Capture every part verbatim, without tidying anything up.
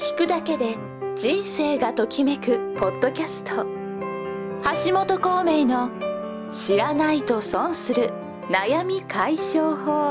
聞くだけで人生がときめくポッドキャスト、橋本孔明の知らないと損する悩み解消法。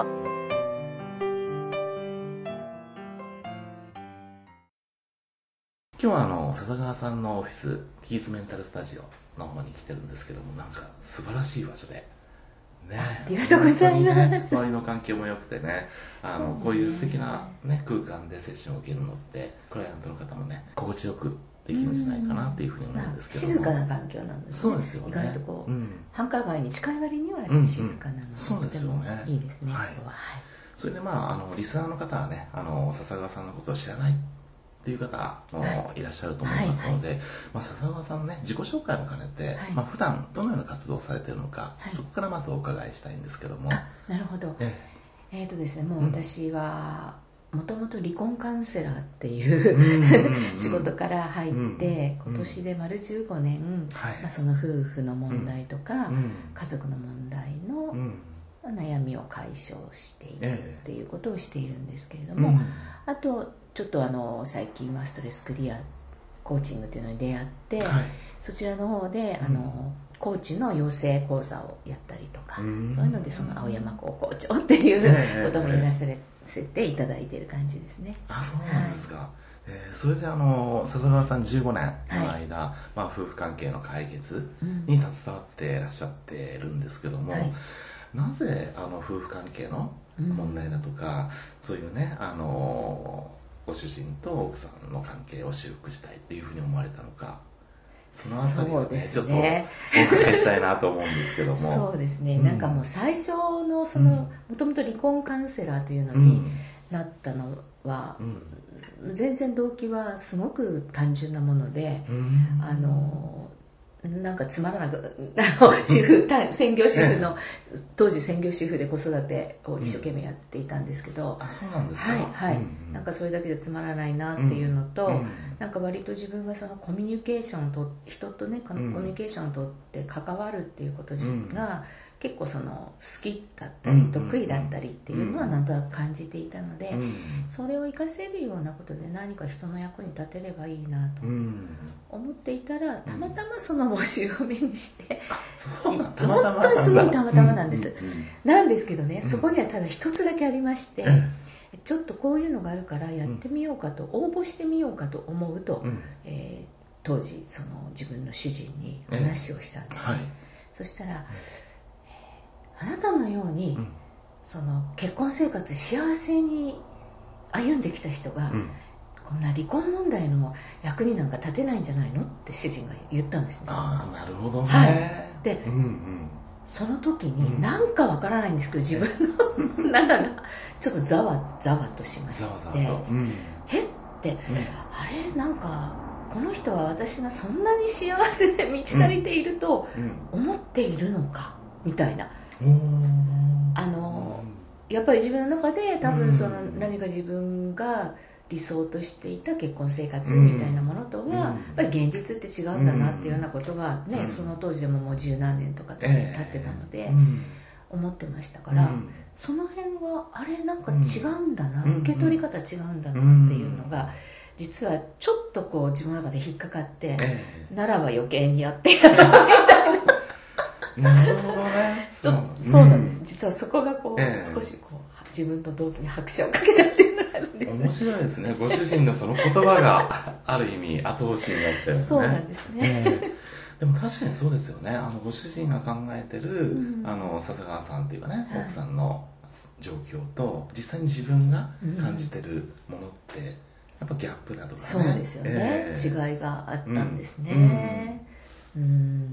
今日はあの笹川さんのオフィスティーズメンタルスタジオの方に来てるんですけども、なんか素晴らしい場所でね、 ありがとうございます、 ね、周りの環境も良くてね、あのこういう素敵な、ね、空間でセッションを受けるのってクライアントの方もね心地よくできるんじゃないかなっていうふうに思うんですけども、 静かな環境なんですね。 そうですよね。 意外とこう、 うん、 繁華街に近い割には静かなので、うんうん、 そうですよね、 いいですね、 はい、 ここは、はい、 それでまああのリスナーの方はね、あの笹川さんのことを知らないっていう方もいらっしゃると思いますので、はいはいはい、まあ、笹川さんのね自己紹介も兼ねて、はい、まあ、普段どのような活動をされているのか、はい、そこからまずお伺いしたいんですけども。 あ、なるほど。えええーとですね、もう私はもともと離婚カウンセラーっていう仕事から入って、今年で丸じゅうごねん、はい、まあ、その夫婦の問題とか、うん、家族の問題の悩みを解消していくっていうことをしているんですけれども、うん、あとちょっとあの最近はストレスクリアコーチングというのに出会って、はい、そちらの方であの、うん、コーチの養成講座をやったりとか、うん、そういうのでその青山高校長っていうこともやらせていただいている感じですね。 あ、そうなんですか。はい、えー、それであの笹川さんじゅうごねんの間、はい、まあ、夫婦関係の解決に携わっていらっしゃってるんですけども、はい、なぜあの夫婦関係の問題だとか、うん、そういうね、あのご主人と奥さんの関係を修復したいっていうふうに思われたのか、そのあたりをね、ね、ちょっとお伺いしたいなと思うんですけども。 そうですね、うん、なんかもう最初のそのもともと離婚カウンセラーというのになったのは、うん、全然動機はすごく単純なもので、うん、あのなんかつまらなく主婦専業主婦の当時専業主婦で子育てを一生懸命やっていたんですけど、 うん、あ、そうなんですか。 はいはい、うんうん、なんかそれだけでつまらないなっていうのと、うんうん、なんか割と自分がそのコミュニケーションと人とね、コミュニケーションをとって関わるっていうことが、うん、結構その好きだったり得意だったりっていうのはなんとなく感じていたので、うん、それを活かせるようなことで何か人の役に立てればいいなと思っていたら、たまたまその募集を目にして、うん、本当にすごいたまたまなんです、うんうん、なんですけどね、そこにはただ一つだけありまして、うん、ちょっとこういうのがあるからやってみようかと、応募してみようかと思うと、うん、えー、当時その自分の主人に話をしたんですね、はい、そしたら、あなたのように、うん、その結婚生活幸せに歩んできた人が、うん、こんな離婚問題の役になんか立てないんじゃないのって主人が言ったんですね。 ああ、なるほどね。 はい、で、 うんうん、 その時に何かわからないんですけど、自分の中がちょっとざわざわとしまして、ざわざわと、うん、えって、うん、あれなんかこの人は私がそんなに幸せで満ち足りていると思っているのか、みたいな。あのやっぱり自分の中で多分その何か自分が理想としていた結婚生活みたいなものとはやっぱり現実って違うんだなっていうようなことがね、その当時でももう十何年とか経ってたので思ってましたから、その辺があれなんか違うんだな、受け取り方違うんだなっていうのが実はちょっとこう自分の中で引っかかって、ならば余計にやってやろうみたいな。 なるほどね。 ちょそうなんです、うん、実はそこがこう、えー、少しこう自分と同期に拍手をかけたっていうのがあるんですね。 面白いですね。ご主人のその言葉がある意味後押しになってるんですね。 そうなんですね、えー、でも確かにそうですよね。あのご主人が考えてる、うん、あの笹川さんっていうかね、はい、奥さんの状況と実際に自分が感じてるものって、うん、やっぱギャップだとかね。 そうですよね、えー、違いがあったんですね、うんうんうん、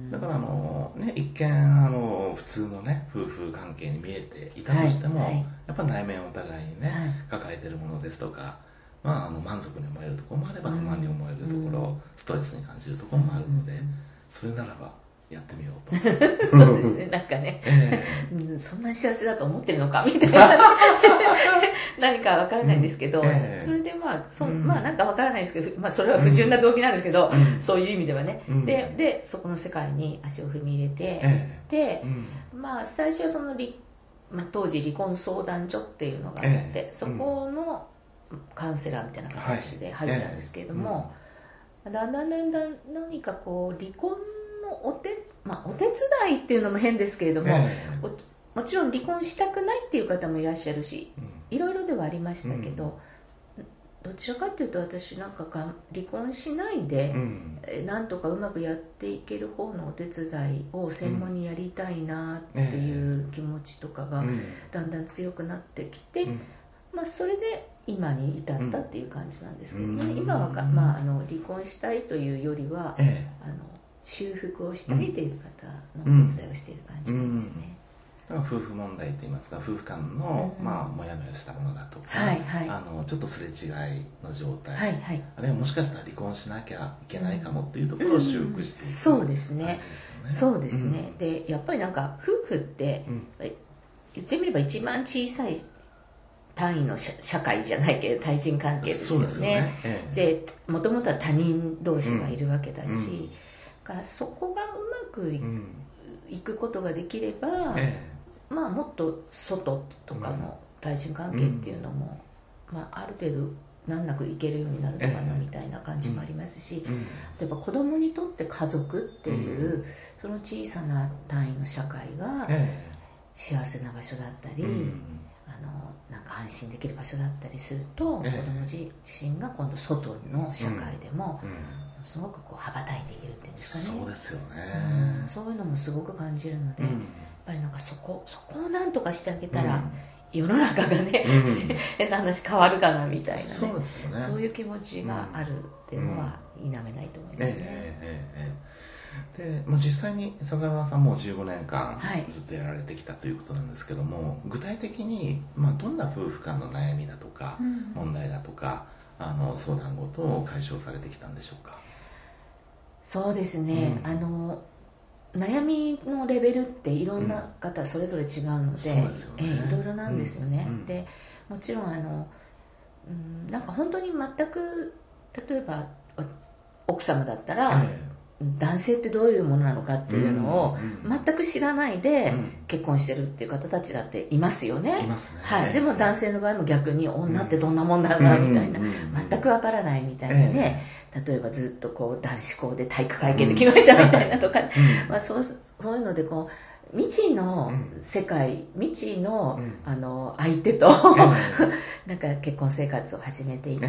だからあの、ね、一見あの普通のね夫婦関係に見えていたとしても、はいはい、やっぱ内面をお互いにね、はい、抱えているものですとか、まあ、あの満足に思えるところもあれば不満に思えるところ、うん、ストレスに感じるところもあるので、うん、それならばやってみようとそうですね、なんかね、えー、そんなに幸せだと思ってるのかみたいな何かわからないんですけど、うんえー、それでまあそ、うん、まあなんかわからないですけど、まあ、それは不純な動機なんですけど、うん、そういう意味ではね、うん、で, でそこの世界に足を踏み入れて、えー、で、うん、まあ最初はその、まあ、当時離婚相談所っていうのがあって、えー、そこのカウンセラーみたいな形で入ったんですけれども、はいえーうん、だんだんだんだん何かこう離婚のお手、まあ、お手伝いっていうのも変ですけれども、えー、もちろん離婚したくないっていう方もいらっしゃるし、うん、いろいろではありましたけど、うん、どちらかっていうと私なんかが離婚しないで、うん、なんとかうまくやっていける方のお手伝いを専門にやりたいなっていう気持ちとかがだんだん強くなってきて、うんまあ、それで今に至ったっていう感じなんですけどね、うん、今は、まあ、あの離婚したいというよりは、ええ、あの修復をしたいという方のお手伝いをしている感じなんですね、 うんうん、夫婦問題といいますか夫婦間の、うんまあ、もやもやしたものだとか、 はいはい、 あのちょっとすれ違いの状態、 はいはい、 あるいはもしかしたら離婚しなきゃいけないかもっていうところを修復していく、うんうん、 そうですねそうですね、うん、でやっぱりなんか夫婦って、うん、言ってみれば一番小さい単位の社会じゃないけど対人関係ですよね。そうですよね、ええ、でもともとは他人同士がいるわけだし、うんうん、そこがうまくい,、うん、いくことができれば、ええ、まあもっと外とかの対人関係っていうのも、うんまあ、ある程度難なくいけるようになるのかなみたいな感じもありますし、ええうん、例えば子供にとって家族っていう、うん、その小さな単位の社会が幸せな場所だったり、うんあのなんか安心できる場所だったりすると、ええ、子供自身が今度外の社会でも、うんうん、すごくこう羽ばたいていけるっていうんですかね。 そうですよね、 うん、そういうのもすごく感じるので、うん、やっぱりなんかそこそこをなんとかしてあげたら、うん、世の中がね、うん、変な話変わるかなみたいなね、 そうですよね、 そういう気持ちがあるっていうのは否めないと思いますね、ええええでまあ、実際に笹川さんもじゅうごねんかんずっとやられてきたということなんですけども、はい、具体的に、まあ、どんな夫婦間の悩みだとか、うん、問題だとかあの相談事を解消されてきたんでしょうか。 そうですね、うん、あの悩みのレベルっていろんな方それぞれ違うので、うんそうですよね、えいろいろなんですよね、うん、でもちろんあの、うん、なんか本当に全く例えば奥様だったら、ええ男性ってどういうものなのかっていうのを全く知らないで結婚してるっていう方たちだっていますよね。 いますね。 はい。でも男性の場合も逆に女ってどんなもんなんだみたいな、全くわからないみたいなね。例えばずっとこう男子校で体育会系で決まったみたいなとか、まあそうそういうのでこう未知の世界、未知のあの相手となんか結婚生活を始めていって、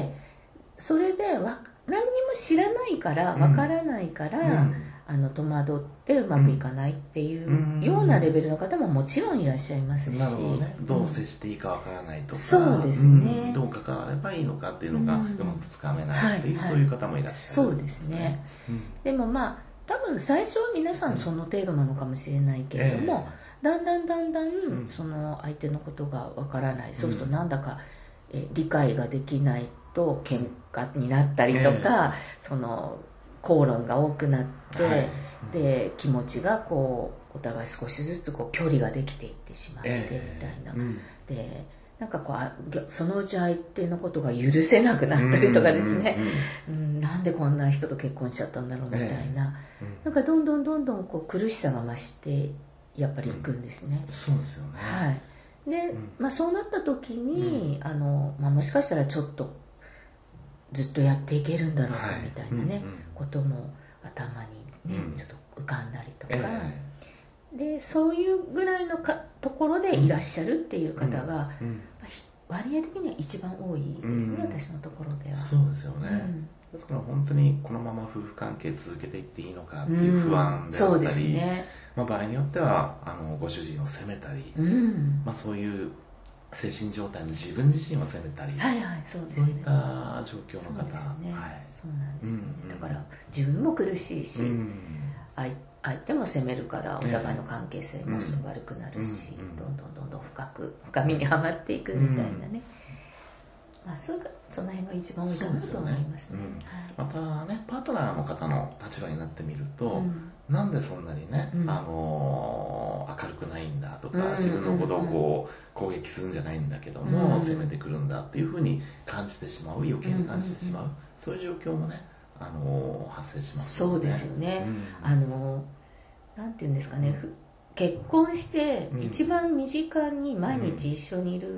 それでわ何にも知らないからわからないから、うん、あの戸惑ってうまくいかないっていうようなレベルの方ももちろんいらっしゃいますし、 なるほどね、どう接していいかわからないとか、 そうですね、 うん、どう関わればいいのかっていうのがうまくつかめないっていう、うんはいはい、そういう方もいらっしゃる、 そうですね、うん、でもまあ多分最初は皆さんその程度なのかもしれないけれども、えー、だんだんだんだんその相手のことがわからない、そうするとなんだかえ理解ができないと喧嘩になったりとか、えー、その口論が多くなって、はい、で気持ちがこうお互い少しずつこう距離ができていってしまってみたいな、えーうん、でなんかこうそのうち相手のことが許せなくなったりとかですね、うんうんうんうん、なんでこんな人と結婚しちゃったんだろうみたいな、えーうん、なんかどんどんどんどんこう苦しさが増してやっぱりいくんですね、 うん、そうですよね、 はいでまあ、そうなった時に、うんあのまあ、もしかしたらちょっとずっとやっていけるんだろうかみたいなね、はいうんうん、ことも頭にね、うん、ちょっと浮かんだりとか、えー、でそういうぐらいのかところでいらっしゃるっていう方が、うんうん割合的には一番多いですね、うん、私のところでは。 そうですよね、うんですから本当にこのまま夫婦関係続けていっていいのかっていう不安であったり、うんそうですねまあ、場合によってはあのご主人を責めたり、うんまあ、そういう精神状態の自分自身を責めたり、 はいはいそうですね、 そういった状況の方そうですね、 はい、 そうなんですよね、うんうん、だから自分も苦しいし、うん、相, 相手も責めるからお互いの関係性も悪くなるし、うんうん、どんどんどんどん深く深みにはまっていくみたいなね、うんまあ、それがその辺が一番多いかなと思いますね、 うんはい、またねパートナーの方の立場になってみると、うん、なんでそんなにね、うん、あのー、明るくないんだとか、うん、自分のことをこう攻撃するんじゃないんだけども、うん、攻めてくるんだっていうふうに感じてしまう余計に感じてしまう、うん、そういう状況もね、あのー、発生しますよね。 そうですよね、あのー、なんていうんですかね、結婚して一番身近に毎日一緒にいる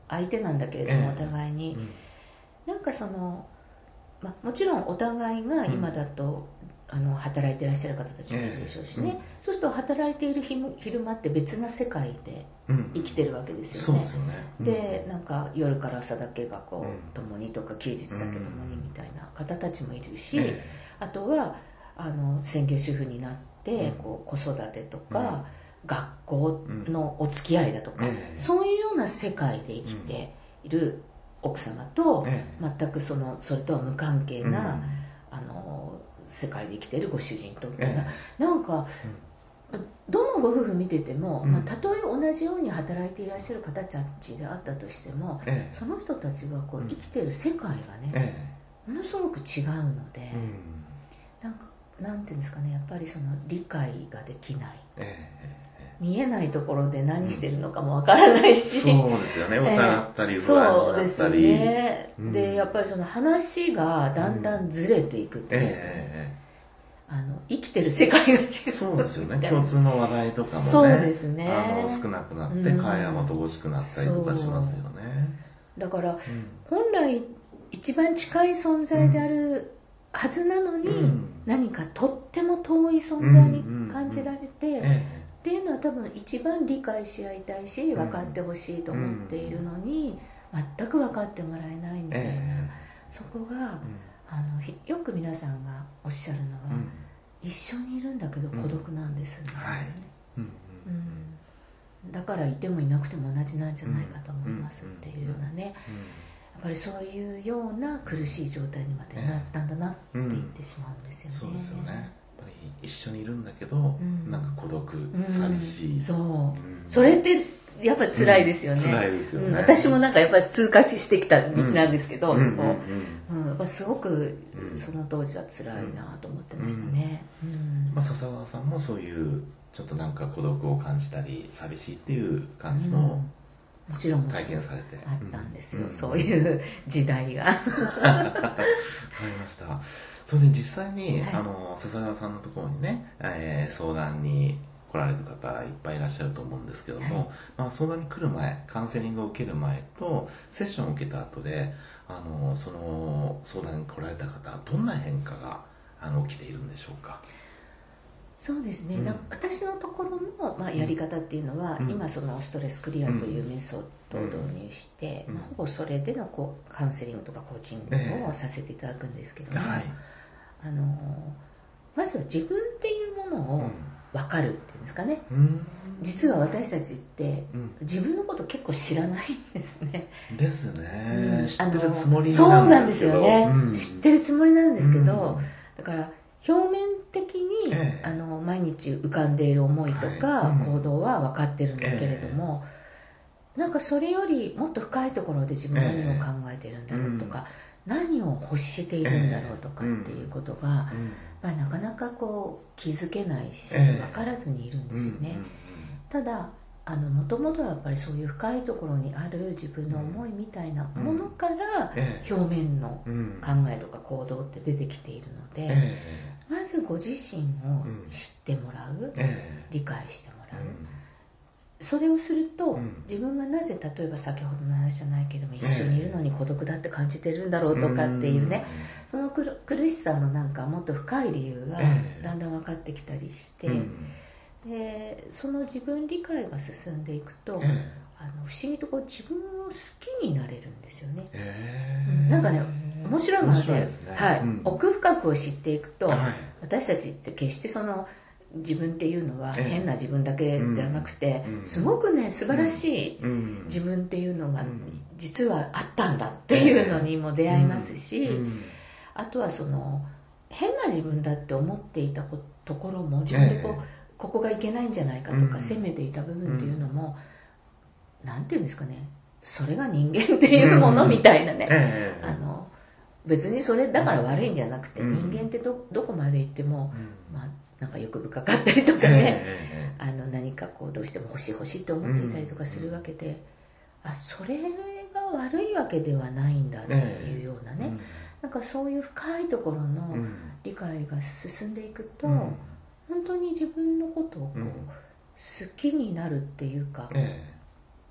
相手なんだけれども、お互いに、えー、なんかその、まあ、もちろんお互いが今だと、うん、あの働いてらっしゃる方たちもいるでしょうしね、えーうん、そうすると働いている昼間って別な世界で生きてるわけですよね、うん、そうですよね、うん、でなんか夜から朝だけがこう、うん、共にとか休日だけ共にみたいな方たちもいるし、えー、あとはあの専業主婦になって、うん、こう子育てとか、うん、学校のお付き合いだとか、うん、そういうような世界で生きている奥様と、ええ、全く そ, のそれとは無関係な、うん、あの世界で生きているご主人とっていうのは、ええ、なんか、うん、どのご夫婦見てても、うん、まあ、たとえ同じように働いていらっしゃる方たちであったとしても、ええ、その人たちがこう生きている世界がね、ええ、ものすごく違うので、うん、なんかなんていうんですかね、やっぱりその理解ができない、ええ、見えないところで何してるのかもわからないし、 うん、そうですよね、疑ったり不安になったり、そうですね、うん、でやっぱりその話がだんだんずれていくってですね、えー、あの生きてる世界が違う、 そうですよね、共通の話題とかもね、 そうですね、 あの少なくなって会話も乏しくなったりとかしますよね、 うん、だから、うん、本来一番近い存在であるはずなのに、うん、何かとっても遠い存在に感じられて、うんうんうん、えーっていうのは多分一番理解し合いたいし分かってほしいと思っているのに、うん、全く分かってもらえないみたいな、えー、そこが、うん、あのよく皆さんがおっしゃるのは、うん、一緒にいるんだけど孤独なんですね、うんはいうんうん、だからいてもいなくても同じなんじゃないかと思いますっていうようなね、うんうん、やっぱりそういうような苦しい状態にまでなったんだなって言ってしまうんですよね、 そうですよね、一緒にいるんだけど、うん、なんか孤独、うん、寂しい、 そう、うん、それってやっぱり辛いですよね、 うん、辛いですよね、 うん、私もなんかやっぱり通過してきた道なんですけど、うん、そこ、うんうんうん、やっぱすごくその当時は辛いなと思ってましたね、うんうんまあ、笹川さんもそういうちょっとなんか孤独を感じたり寂しいっていう感じも、 もちろん体験されてあったんですよ、うん、そういう時代がわかりました。それで実際に、はい、あの笹川さんのところにね、えー、相談に来られる方いっぱいいらっしゃると思うんですけども、はいまあ、相談に来る前、カウンセリングを受ける前とセッションを受けた後で、あのその相談に来られた方どんな変化があの起きているんでしょうか。 そうですね、うん、私のところの、まあ、やり方っていうのは、うん、今そのストレスクリアというメソッドを導入して、うんまあ、ほぼそれでのこうカウンセリングとかコーチングをさせていただくんですけども、えーはい、あのまずは自分っていうものを分かるっていうんですかね、うん、実は私たちって自分のこと結構知らないんですね。 ですね、うん、知ってるつもりなんですけど、 そうなんですよね、うん、知ってるつもりなんですけど、だから表面的に、ええ、あの毎日浮かんでいる思いとか、はいうん、行動は分かってるんだけれども、え、なんかそれよりもっと深いところで自分は何を考えてるんだろうとか、え、何を欲しているんだろうとかっていうことが、うんまあ、なかなかこう気づけないし、分からずにいるんですよね、うん、ただもともとはやっぱりそういう深いところにある自分の思いみたいなものから表面の考えとか行動って出てきているので、まずご自身を知ってもらう、理解してもらう、それをすると自分がなぜ例えば先ほどの話じゃないけども一緒にいるのに孤独だって感じてるんだろうとかっていうね、その苦しさのなんかもっと深い理由がだんだん分かってきたりして、でその自分理解が進んでいくと、えー、あの不思議とこう自分を好きになれるんですよね、えーうん、なんかね面白いので、ねはいうん、奥深くを知っていくと、はい、私たちって決してその自分っていうのは変な自分だけではなくて、えー、すごくね素晴らしい自分っていうのが実はあったんだっていうのにも出会いますし、えーうん、あとはその変な自分だって思っていたところも自分でこう、えーここがいけないんじゃないかとか、うん、責めていた部分っていうのも、うん、なんていうんですかね、それが人間っていうものみたいなね、うんえー、あの別にそれだから悪いんじゃなくて、うん、人間って ど, どこまで行っても、うん、まあなんか欲深かったりとかね、えー、あの何かこうどうしても欲しい欲しいと思っていたりとかするわけで、うん、あそれが悪いわけではないんだっていうようなね、えーうん、なんかそういう深いところの理解が進んでいくと、うん本当に自分のことをこう、うん、好きになるっていうか、え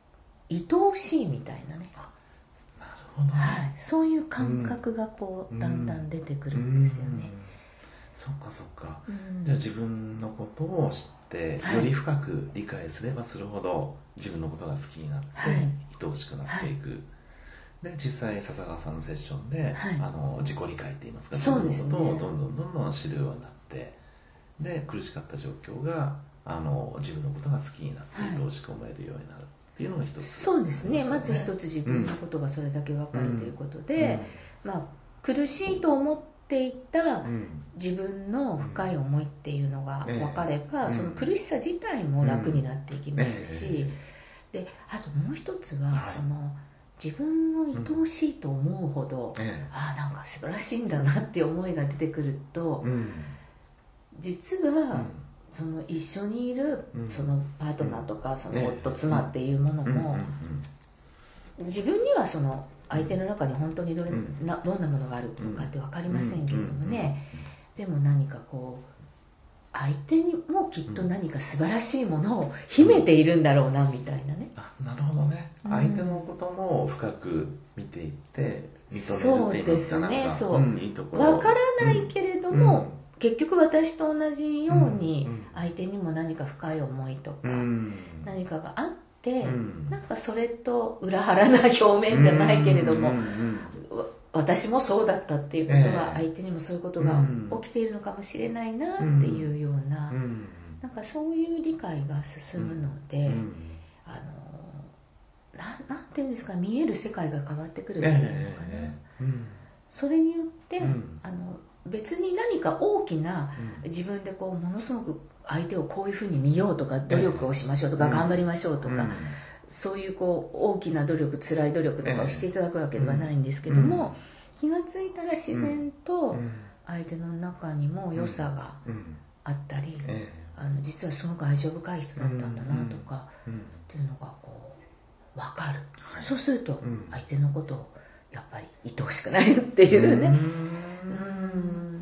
愛おしいみたいなね、 なるほど、ね、 はい、そういう感覚がこう、うん、だんだん出てくるんですよね、うんうん、 そっかそっか、 うん、 じゃあ自分のことを知ってより深く理解すればするほど自分のことが好きになって、はい、愛おしくなっていく、はい、で実際笹川さんのセッションで、はい、あの自己理解って言いますか、 そうですね、 自分のことをどんどんどんどん知るようになって、で苦しかった状況があの自分のことが好きになって、はい、愛おしく思えるようになるっていうのが一つ、 そうですね、まず一つ自分のことがそれだけ分かるということで、うん、まあ、苦しいと思っていた自分の深い思いっていうのが分かれば、うん、その苦しさ自体も楽になっていきますし、うん、であともう一つは、はい、その自分を愛おしいと思うほど、うん、ああなんか素晴らしいんだなっていう思いが出てくると、うん、実は、うん、その一緒にいるそのパートナーとか、その夫、妻っていうものも、自分にはその相手の中に本当にどれなどんなものがあるのかって分かりませんけれどもね、でも何かこう相手にもきっと何か素晴らしいものを秘めているんだろうなみたいなね、 あ、なるほどね、うん、相手のことも深く見ていって認めるって言いますか、 そうですね、そう、 うん、いいところ分からないけれども、うん、結局私と同じように相手にも何か深い思いとか、うん、何かがあって、うん、なんかそれと裏腹な表面じゃないけれども、うんうんうんうん、私もそうだったっていうことは、相手にもそういうことが起きているのかもしれないなっていうような、うんうん、なんかそういう理解が進むので、うん、あの な, なんていうんですか、見える世界が変わってくるっていうのかな、えーうん、それによって、うん、あの別に何か大きな、自分でこうものすごく相手をこういうふうに見ようとか、努力をしましょうとか、えー、頑張りましょうとか、うん、そういうこう大きな努力、辛い努力とかをしていただくわけではないんですけども、えー、気がついたら自然と相手の中にも良さがあったり、えー、あの実はすごく愛情深い人だったんだなとか、うんうん、っていうのがこう分かる、はい、そうすると相手のことをやっぱり愛おしくなるっていうね、うん、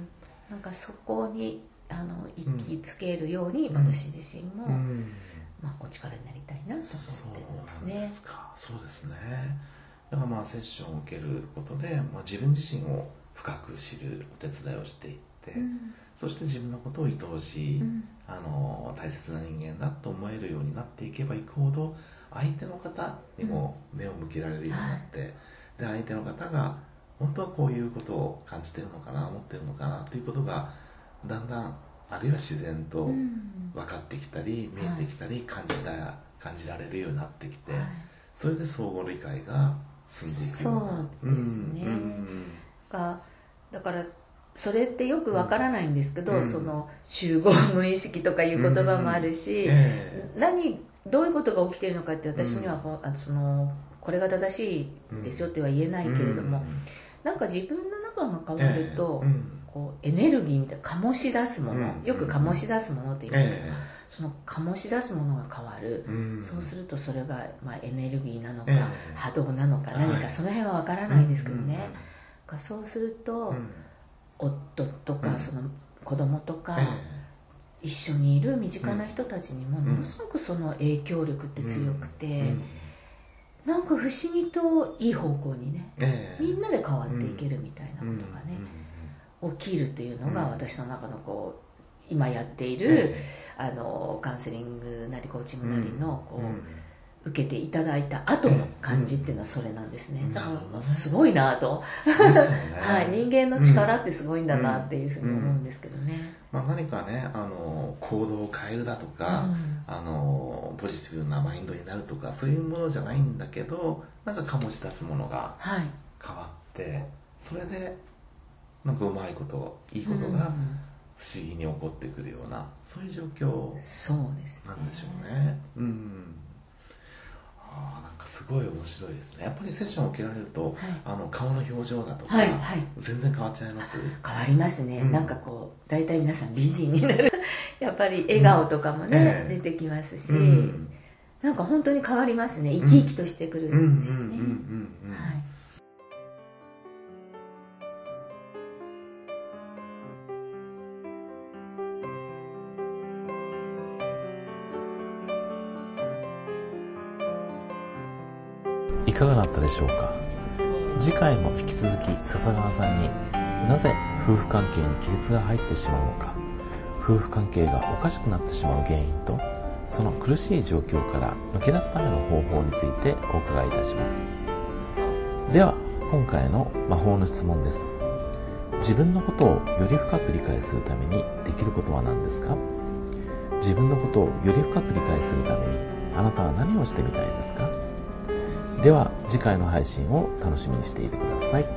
なんかそこにあの行きつけるように私自身も、まあ、お力になりたいなと思ってるんですね。そうですか、 そうですね。だからまあセッションを受けることで、まあ、自分自身を深く知るお手伝いをしていって、うん、そして自分のことを愛おしい、うん、あの大切な人間だと思えるようになっていけばいくほど、相手の方にも目を向けられるようになって、うん、で相手の方が本当はこういうことを感じてるのかな、思ってるのかなということがだんだん、あるいは自然と分かってきたり、うん、見えてきたり、感じた、感じられるようになってきて、はい、それで相互理解が進んでいくような。 そうですね、うん、がだからそれってよく分からないんですけど、うん、その集合無意識とかいう言葉もあるし、うんえー、何どういうことが起きているのかって私には、うん、あのそのこれが正しいですよっては言えないけれども、うん、なんか自分の中が変わると、えーうんこうエネルギーみたいな醸し出すもの、うん、よく醸し出すものって言いますけど、えー、その醸し出すものが変わる、うん、そうするとそれが、まあ、エネルギーなのか、えー、波動なのか何か、その辺は分からないですけどね、うん、そうすると、うん、夫とか、うん、その子供とか、えー、一緒にいる身近な人たちにもものすごくその影響力って強くて、うん、なんか不思議といい方向にね、えー、みんなで変わっていけるみたいなことがね、起きるというのが私の中のこう今やっている、あのカウンセリングなりコーチングなりのこう受けていただいた後の感じっていうのはそれなんですね。だからすごいなと、はい、人間の力ってすごいんだなっていうふうに思うんですけどね。 まあ、何かね、あの行動を変えるだとか、うん、あのポジティブなマインドになるとかそういうものじゃないんだけど、なんか醸し出すものが変わって、はい、それでなんかうまいこと、いいことが不思議に起こってくるような、うん、そういう状況なんでしょうね。うん。ああ、なんかすごい面白いですね。やっぱりセッションを受けられると、はい、あの顔の表情だとか、はいはい、全然変わっちゃいます？ 変わりますね。うん、なんかこう大体皆さん美人になる。やっぱり笑顔とかもね、うんえー、出てきますし、うん、なんか本当に変わりますね。生き生きとしてくるんですね。はい。 いかがだったでしょうか。次回も引き続き笹川さんになぜ夫婦関係に亀裂が入ってしまうのか、夫婦関係がおかしくなってしまう原因とその苦しい状況から抜け出すための方法についてお伺いいたします。では今回の魔法の質問です。自分のことをより深く理解するためにできることは何ですか？自分のことをより深く理解するためにあなたは何をしてみたいですか？では次回の配信を楽しみにしていてください。